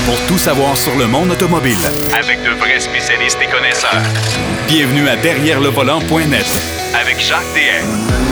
pour tout savoir sur le monde automobile. Avec de vrais spécialistes et connaisseurs. Bienvenue à Derrière le volant.net avec Jacques DM.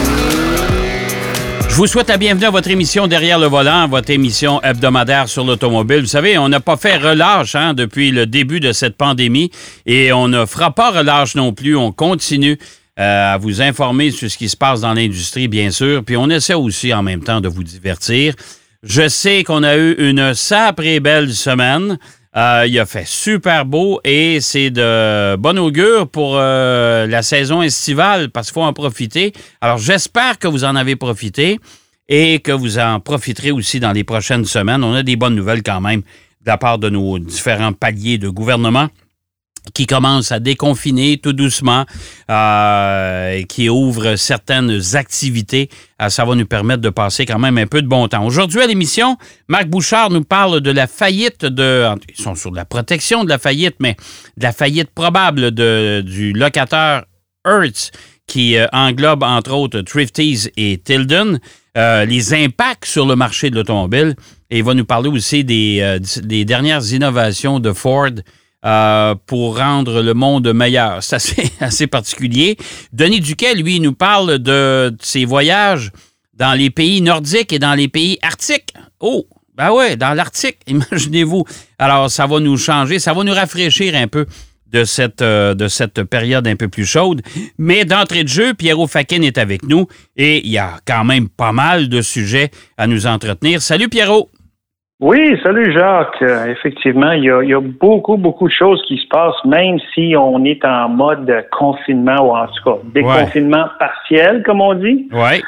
Je vous souhaite la bienvenue à votre émission Derrière le volant, votre émission hebdomadaire sur l'automobile. Vous savez, on n'a pas fait relâche depuis le début de cette pandémie et on ne fera pas relâche non plus. On continue à vous informer sur ce qui se passe dans l'industrie, bien sûr, puis on essaie aussi en même temps de vous divertir. Je sais qu'on a eu une sacrée belle semaine. Il a fait super beau et c'est de bon augure pour la saison estivale parce qu'il faut en profiter. Alors, j'espère que vous en avez profité et que vous en profiterez aussi dans les prochaines semaines. On a des bonnes nouvelles quand même de la part de nos différents paliers de gouvernement qui commencent à déconfiner tout doucement, qui ouvrent certaines activités. Ça va nous permettre de passer quand même un peu de bon temps. Aujourd'hui à l'émission, Marc Bouchard nous parle de la faillite ils sont sur la protection de la faillite, mais de la faillite probable du locateur Hertz, qui englobe entre autres Thrifties et Tilden, les impacts sur le marché de l'automobile. Et il va nous parler aussi des dernières innovations de Ford pour rendre le monde meilleur. C'est assez particulier. Denis Duquet, lui, nous parle de ses voyages dans les pays nordiques et dans les pays arctiques. Oh, ben ouais, dans l'Arctique, imaginez-vous. Alors, ça va nous changer, ça va nous rafraîchir un peu de cette période un peu plus chaude. Mais d'entrée de jeu, Pierrot Fakin est avec nous et il y a quand même pas mal de sujets à nous entretenir. Salut Pierrot! Oui, salut Jacques. Effectivement, il y a beaucoup de choses qui se passent, même si on est en mode confinement, ou en tout cas, déconfinement partiel, comme on dit. Oui.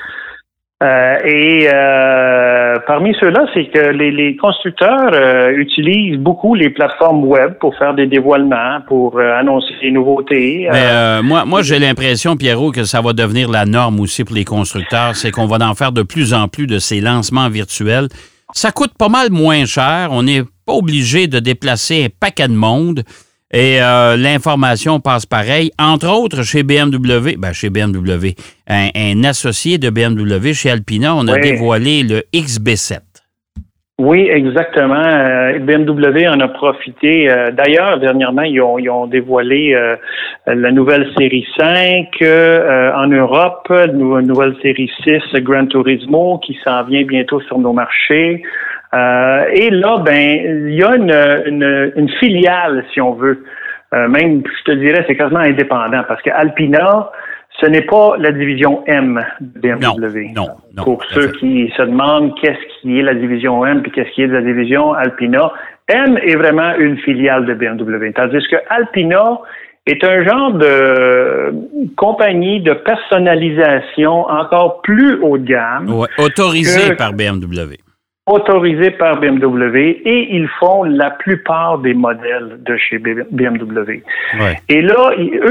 Parmi ceux-là, c'est que les constructeurs utilisent beaucoup les plateformes web pour faire des dévoilements, pour annoncer des nouveautés. Mais moi, j'ai l'impression, Pierrot, que ça va devenir la norme aussi pour les constructeurs. C'est qu'on va en faire de plus en plus de ces lancements virtuels. Ça coûte pas mal moins cher. On n'est pas obligé de déplacer un paquet de monde. Et l'information passe pareil. Entre autres, chez BMW, un associé de BMW chez Alpina, on a dévoilé le XB7. Oui, exactement. BMW en a profité. D'ailleurs, dernièrement, ils ont dévoilé la nouvelle série 5 en Europe, la nouvelle série 6 Gran Turismo qui s'en vient bientôt sur nos marchés. Et là, il y a une filiale, si on veut. Même, je te dirais, c'est quasiment indépendant parce que Alpina, ce n'est pas la division M de BMW. Non. Pour ceux qui se demandent qu'est-ce qui est la division M puis qu'est-ce qui est de la division Alpina, M est vraiment une filiale de BMW. Tandis que Alpina est un genre de compagnie de personnalisation encore plus haut de gamme. Ouais, autorisée par BMW. Autorisé par BMW et ils font la plupart des modèles de chez BMW. Ouais. Et là,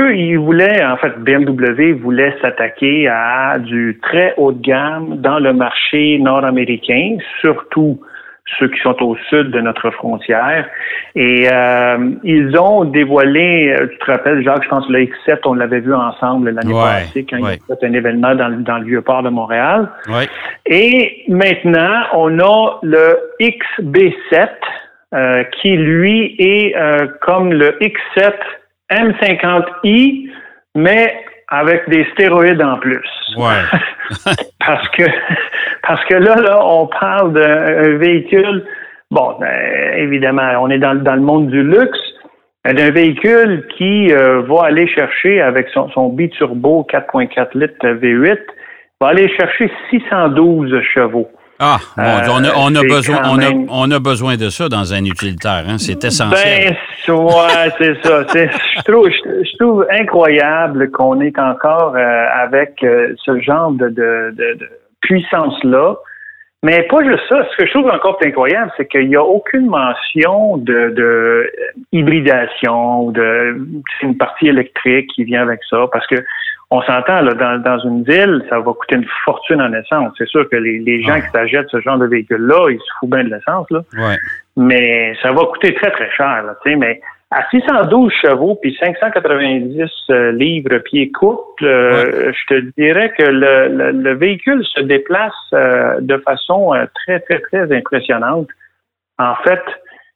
BMW voulait s'attaquer à du très haut de gamme dans le marché nord-américain, surtout ceux qui sont au sud de notre frontière. Et ils ont dévoilé, tu te rappelles, Jacques, je pense que le X7, on l'avait vu ensemble l'année passée quand il y a fait un événement dans le Vieux-Port de Montréal. Ouais. Et maintenant, on a le XB7 qui, lui, est comme le X7 M50i, mais avec des stéroïdes en plus. Ouais. Parce que là, on parle d'un véhicule, évidemment, on est dans le monde du luxe, d'un véhicule qui va aller chercher avec son biturbo 4.4 litres V8, va aller chercher 612 chevaux. Ah, on a besoin de ça dans un utilitaire, hein? C'est essentiel. C'est ça. Je trouve incroyable qu'on est encore avec ce genre de puissance-là. Mais pas juste ça. Ce que je trouve encore plus incroyable, c'est qu'il n'y a aucune mention de hybridation ou de une partie électrique qui vient avec ça, parce que on s'entend, là, dans une ville, ça va coûter une fortune en essence. C'est sûr que les gens qui s'achètent ce genre de véhicule-là, ils se foutent bien de l'essence, là. Ouais. Mais ça va coûter très, très cher, là, tu sais. Mais à 612 chevaux puis 590 livres pieds couple, je te dirais que le véhicule se déplace de façon très, très, très impressionnante. En fait,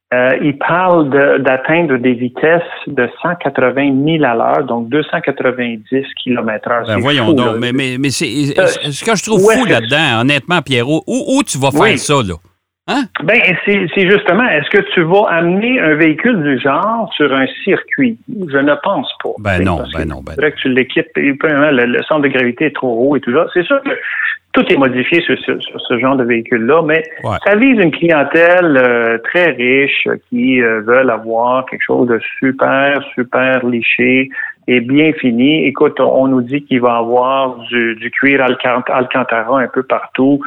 il parle d'atteindre des vitesses de 180 000 à l'heure, donc 290 km/h. Ben voyons fou, donc. là. Mais c'est ce que je trouve fou là-dedans, honnêtement, Pierrot, où tu vas faire ça, là? Hein? Ben, c'est justement, est-ce que tu vas amener un véhicule du genre sur un circuit? Je ne pense pas. Ben non. C'est vrai que tu l'équipes, et premièrement, le centre de gravité est trop haut et tout ça. C'est sûr que tout est modifié sur ce genre de véhicule-là, mais ça vise une clientèle très riche qui veulent avoir quelque chose de super, super liché et bien fini. Écoute, on nous dit qu'il va y avoir du cuir Alcantara un peu partout.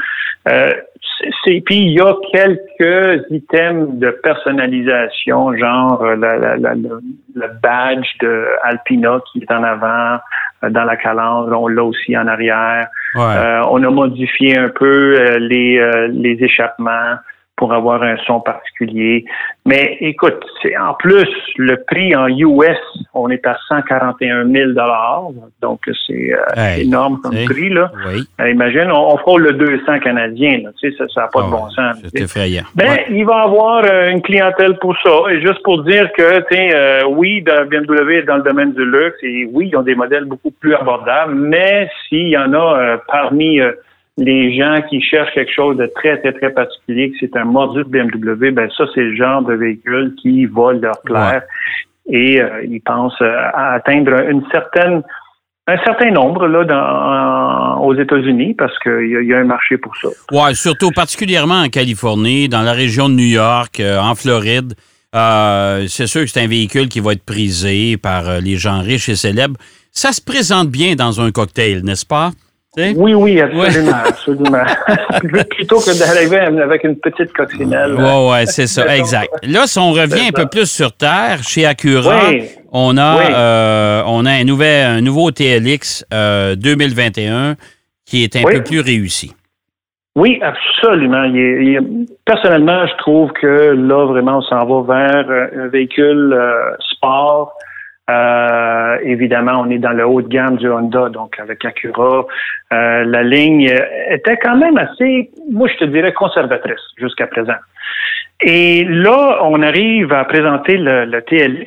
Puis il y a quelques items de personnalisation, genre le badge de Alpina qui est en avant, dans la calandre, on l'a aussi en arrière. Ouais. On a modifié un peu les échappements pour avoir un son particulier. Mais écoute, en plus, le prix en US, on est à 141 000 $. Donc, c'est énorme comme prix, là. Oui. Imagine, on frôle le 200 canadien, là. Tu sais, ça n'a pas de bon sens. C'est effrayant. Ben, il va y avoir une clientèle pour ça. Et juste pour dire que, tu sais, oui, BMW est dans le domaine du luxe et oui, ils ont des modèles beaucoup plus abordables, mais s'il y en a parmi les gens qui cherchent quelque chose de très, très, très particulier, que c'est un modus BMW, ben ça, c'est le genre de véhicule qui va leur plaire. Ouais. Et ils pensent à atteindre un certain nombre là aux États-Unis parce qu'il y a un marché pour ça. Oui, surtout particulièrement en Californie, dans la région de New York, en Floride. C'est sûr que c'est un véhicule qui va être prisé par les gens riches et célèbres. Ça se présente bien dans un cocktail, n'est-ce pas? T'sais? Oui, absolument, absolument. Plutôt que d'arriver avec une petite coccinelle. Oui, c'est ça, exact. Là, si on revient un peu plus sur terre, chez Acura, on a un nouveau TLX 2021 qui est un peu plus réussi. Oui, absolument. Personnellement, je trouve que là, vraiment, on s'en va vers un véhicule sport. Évidemment, on est dans le haut de gamme du Honda, donc avec Acura. La ligne était quand même assez, moi je te dirais, conservatrice jusqu'à présent. Et là, on arrive à présenter le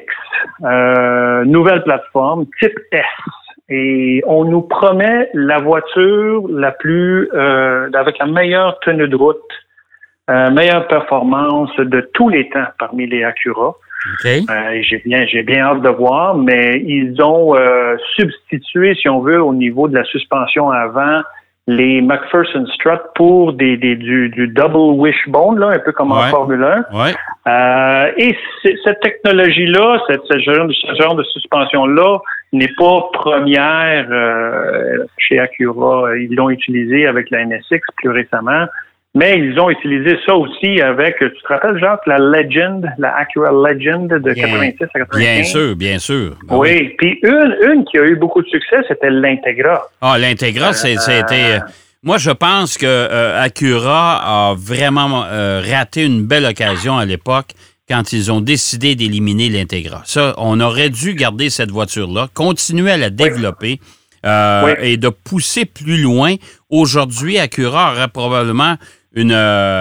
TLX, nouvelle plateforme, type S. Et on nous promet la voiture la plus, avec la meilleure tenue de route, meilleure performance de tous les temps parmi les Acura. Okay. J'ai bien hâte de voir, mais ils ont substitué, si on veut, au niveau de la suspension avant, les McPherson Strut pour du double wishbone, là, un peu comme en Formule 1. Ouais. Et cette technologie-là, ce genre de suspension-là, n'est pas première chez Acura. Ils l'ont utilisée avec la NSX plus récemment. Mais ils ont utilisé ça aussi avec, tu te rappelles, Jacques, la Acura Legend de 86 à 95? Bien sûr. Ben oui, puis une qui a eu beaucoup de succès, c'était l'Integra. Ah, l'Integra, c'était... Moi, je pense que Acura a vraiment raté une belle occasion à l'époque quand ils ont décidé d'éliminer l'Integra. Ça, on aurait dû garder cette voiture-là, continuer à la développer. Et de pousser plus loin. Aujourd'hui, Acura aurait probablement une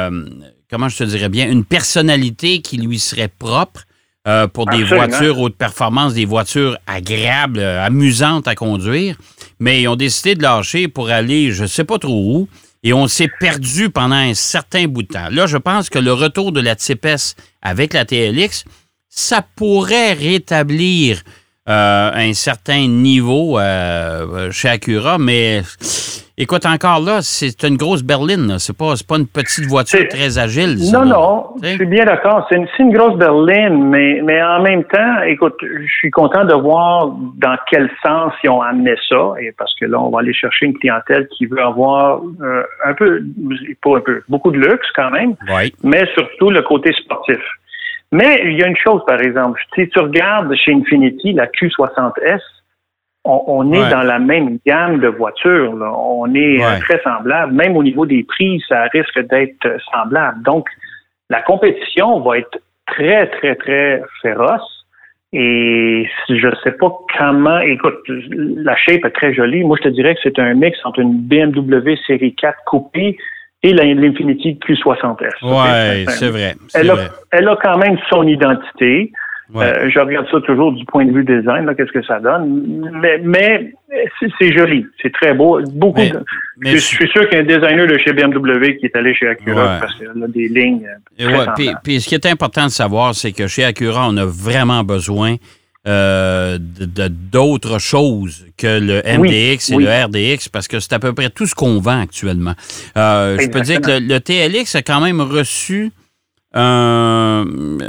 personnalité qui lui serait propre pour des voitures haute performance, des voitures agréables, amusantes à conduire. Mais ils ont décidé de lâcher pour aller je ne sais pas trop où. Et on s'est perdu pendant un certain bout de temps. Là, je pense que le retour de la Type S avec la TLX, ça pourrait rétablir un certain niveau chez Acura, mais écoute, encore là, c'est une grosse berline. Là. C'est pas une petite voiture très agile. Ça, non, je suis bien d'accord. C'est une grosse berline, mais en même temps, écoute, je suis content de voir dans quel sens ils ont amené ça, et parce que là, on va aller chercher une clientèle qui veut avoir beaucoup de luxe quand même, mais surtout le côté sportif. Mais il y a une chose, par exemple, si tu regardes chez Infiniti, la Q60S, on est dans la même gamme de voitures. Là. On est très semblable. Même au niveau des prix, ça risque d'être semblable. Donc, la compétition va être très, très, très féroce. Et je ne sais pas comment... Écoute, la shape est très jolie. Moi, je te dirais que c'est un mix entre une BMW série 4 coupée et l'Infiniti Q60S. Oui, c'est vrai. Elle a quand même son identité. Ouais. Je regarde ça toujours du point de vue design, là, qu'est-ce que ça donne. Mais c'est joli, c'est très beau. Je suis sûr qu'il y a un designer de chez BMW qui est allé chez Acura parce qu'il a des lignes très puis ce qui est important de savoir, c'est que chez Acura, on a vraiment besoin d'autres choses que le MDX et le RDX, parce que c'est à peu près tout ce qu'on vend actuellement. Je peux dire que le TLX a quand même reçu une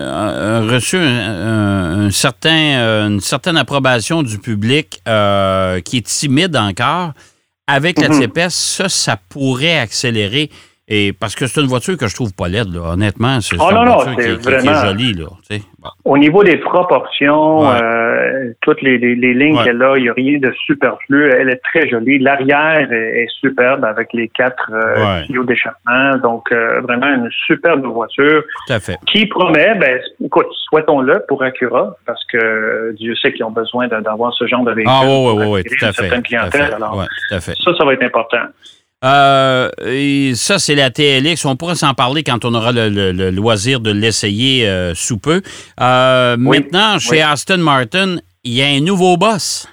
certaine approbation du public qui est timide encore. Avec la TPS, ça pourrait accélérer. Et parce que c'est une voiture que je trouve pas laide, là. Honnêtement, c'est une voiture qui est jolie. Là, tu sais. Bon. Au niveau des proportions, toutes les lignes qu'elle a, il n'y a rien de superflu. Elle est très jolie. L'arrière est superbe avec les 4 tuyaux d'échappement. Donc, vraiment une superbe voiture. Tout à fait. Qui promet, écoute, souhaitons-le pour Acura, parce que Dieu sait qu'ils ont besoin d'avoir ce genre de véhicule. Oui, tout à fait. Certaines clientèles. Alors, tout à fait. Ça va être important. Et ça, c'est la TLX. On pourra s'en parler quand on aura le loisir de l'essayer sous peu. Maintenant, chez Aston Martin, il y a un nouveau boss.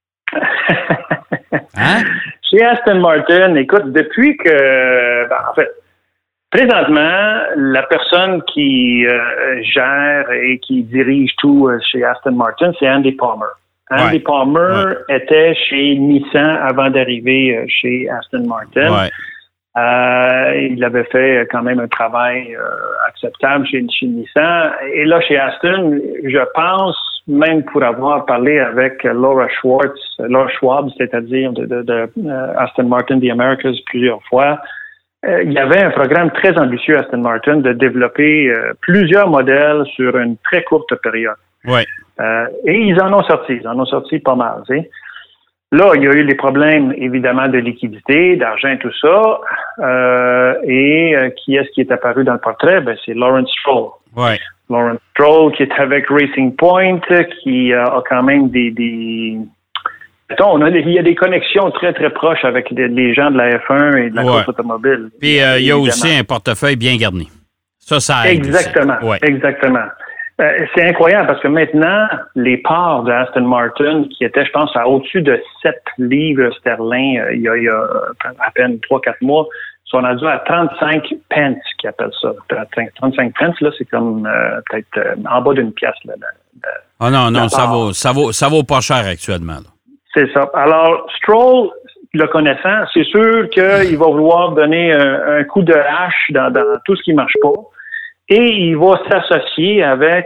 Hein? Chez Aston Martin, écoute, depuis que... en fait, présentement, la personne qui gère et qui dirige tout chez Aston Martin, c'est Andy Palmer. Andy Palmer était chez Nissan avant d'arriver chez Aston Martin. Il avait fait quand même un travail acceptable chez Nissan. Et là, chez Aston, je pense, même pour avoir parlé avec Laura Schwab, c'est-à-dire de Aston Martin The Americas plusieurs fois, il y avait un programme très ambitieux à Aston Martin de développer plusieurs modèles sur une très courte période. Oui. Et ils en ont sorti pas mal. T'sais. Là, il y a eu les problèmes, évidemment, de liquidité, d'argent et tout ça. Et qui est-ce qui est apparu dans le portrait? C'est Lawrence Stroll. Oui. Lawrence Stroll, qui est avec Racing Point, qui a quand même il y a des connexions très, très proches avec les gens de la F1 et de la course automobile. Puis il y a aussi un portefeuille bien garni. Ça aide. Exactement. C'est incroyable parce que maintenant, les parts de Aston Martin, qui étaient, je pense, à au-dessus de 7 livres sterling il y a à peine 3-4 mois, sont rendus à 35 pence, qui appellent ça. 35 pence, là, c'est comme peut-être en bas d'une pièce. Non, ça vaut pas cher actuellement. Là. C'est ça. Alors, Stroll, le connaissant, c'est sûr qu'il va vouloir donner un coup de hache dans tout ce qui marche pas. Et il va s'associer avec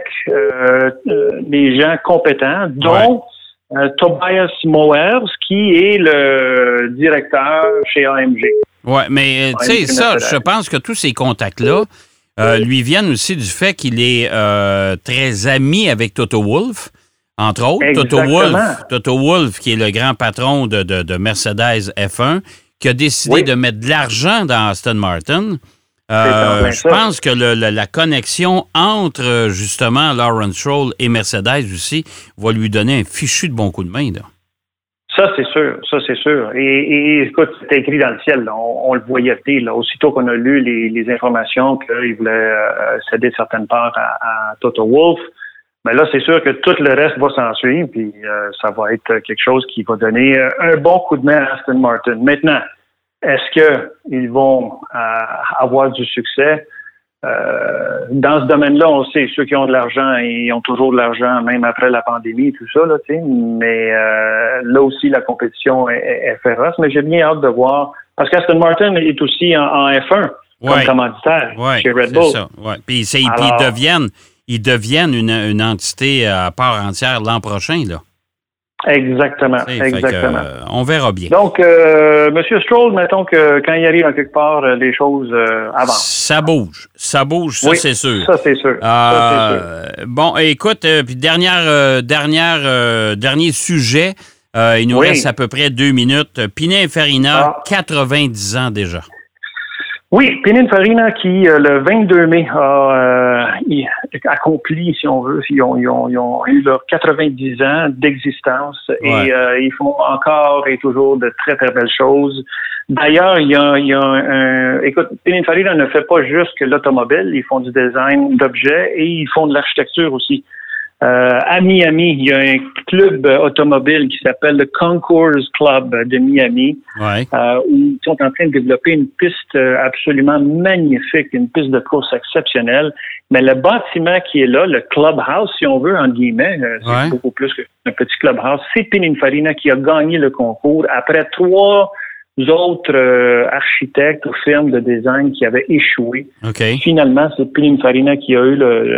des gens compétents, dont Tobias Moers, qui est le directeur chez AMG. Oui, mais tu sais, ça, je pense que tous ces contacts-là lui viennent aussi du fait qu'il est très ami avec Toto Wolff, entre autres. Toto Wolff, qui est le grand patron de Mercedes F1, qui a décidé de mettre de l'argent dans Aston Martin. Je pense que la connexion entre, justement, Lawrence Stroll et Mercedes aussi va lui donner un fichu de bon coup de main. Là. Ça, c'est sûr. Et écoute, c'était écrit dans le ciel. Là. On le voyait là. Aussitôt qu'on a lu les informations qu'il voulait céder certaines parts à Toto Wolff, mais là, c'est sûr que tout le reste va s'en suivre, puis ça va être quelque chose qui va donner un bon coup de main à Aston Martin. Maintenant, est-ce qu'ils vont avoir du succès? Dans ce domaine-là, on sait, ceux qui ont de l'argent, ils ont toujours de l'argent, même après la pandémie et tout ça, là, tu sais. Mais là aussi, la compétition est féroce. Mais j'ai bien hâte de voir, parce qu'Aston Martin est aussi en F1 comme commanditaire chez Red Bull. Ça. Ouais. Puis ils deviennent une entité à part entière l'an prochain, là. Exactement. On verra bien. Donc, M. Stroll, mettons que quand il arrive en quelque part, les choses avancent. Ça bouge, c'est sûr. Ça, c'est sûr. Bon, écoute, puis dernier sujet, il nous reste à peu près 2 minutes. Pininfarina, 90 ans déjà. Oui, Pininfarina qui, le 22 mai, a accompli, si on veut, ils ont eu leurs 90 ans d'existence et ils font encore et toujours de très, très belles choses. D'ailleurs, il y a écoute, Pininfarina ne fait pas juste que l'automobile, ils font du design d'objets et ils font de l'architecture aussi. À Miami, il y a un club automobile qui s'appelle le Concours Club de Miami, où ils sont en train de développer une piste absolument magnifique, une piste de course exceptionnelle. Mais le bâtiment qui est là, le clubhouse, si on veut, entre guillemets, c'est beaucoup plus qu'un petit clubhouse, c'est Pininfarina qui a gagné le concours après 3 autres architectes ou firmes de design qui avaient échoué. Finalement, c'est Pininfarina qui a eu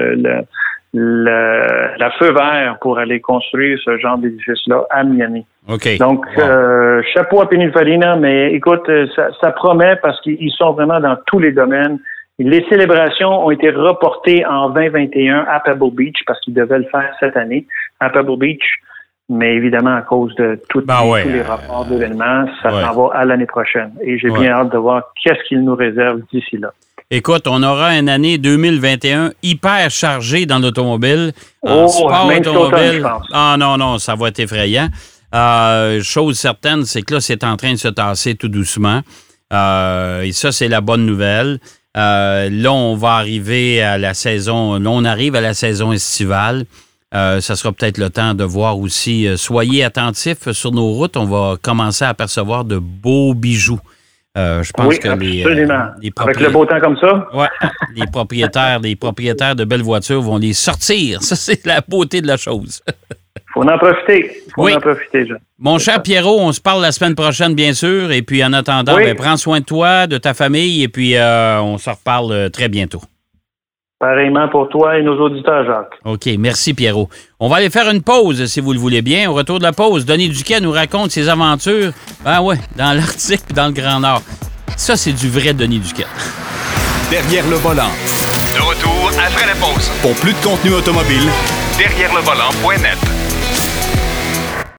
la feu vert pour aller construire ce genre d'édifice-là à Miami. Donc, chapeau à Pininfarina, mais écoute, ça promet parce qu'ils sont vraiment dans tous les domaines. Les célébrations ont été reportées en 2021 à Pebble Beach parce qu'ils devaient le faire cette année à Pebble Beach. Mais évidemment, à cause de tous les rapports d'événements, ça s'en va à l'année prochaine. Et j'ai bien hâte de voir qu'est-ce qu'ils nous réservent d'ici là. Écoute, on aura une année 2021 hyper chargée dans l'automobile. En sport automobile. Non, ça va être effrayant. Chose certaine, c'est que là, c'est en train de se tasser tout doucement. Et ça, c'est la bonne nouvelle. Là, on va arriver à la saison. Là, on arrive à la saison estivale. Ça sera peut-être le temps de voir aussi. Soyez attentifs sur nos routes. On va commencer à apercevoir de beaux bijoux. Je pense que les avec le beau temps comme ça. Oui, les propriétaires de belles voitures vont les sortir. Ça, c'est la beauté de la chose. Faut en profiter. En profiter, Jean. Mon cher Pierrot, on se parle la semaine prochaine, bien sûr. Et puis, en attendant, prends soin de toi, de ta famille, et puis on se reparle très bientôt. Pareillement pour toi et nos auditeurs, Jacques. OK, merci Pierrot. On va aller faire une pause, si vous le voulez bien. Au retour de la pause, Denis Duquet nous raconte ses aventures dans l'Arctique et dans le Grand Nord. Ça, c'est du vrai Denis Duquet. Derrière le volant. De retour après la pause. Pour plus de contenu automobile, derrière le volant.net.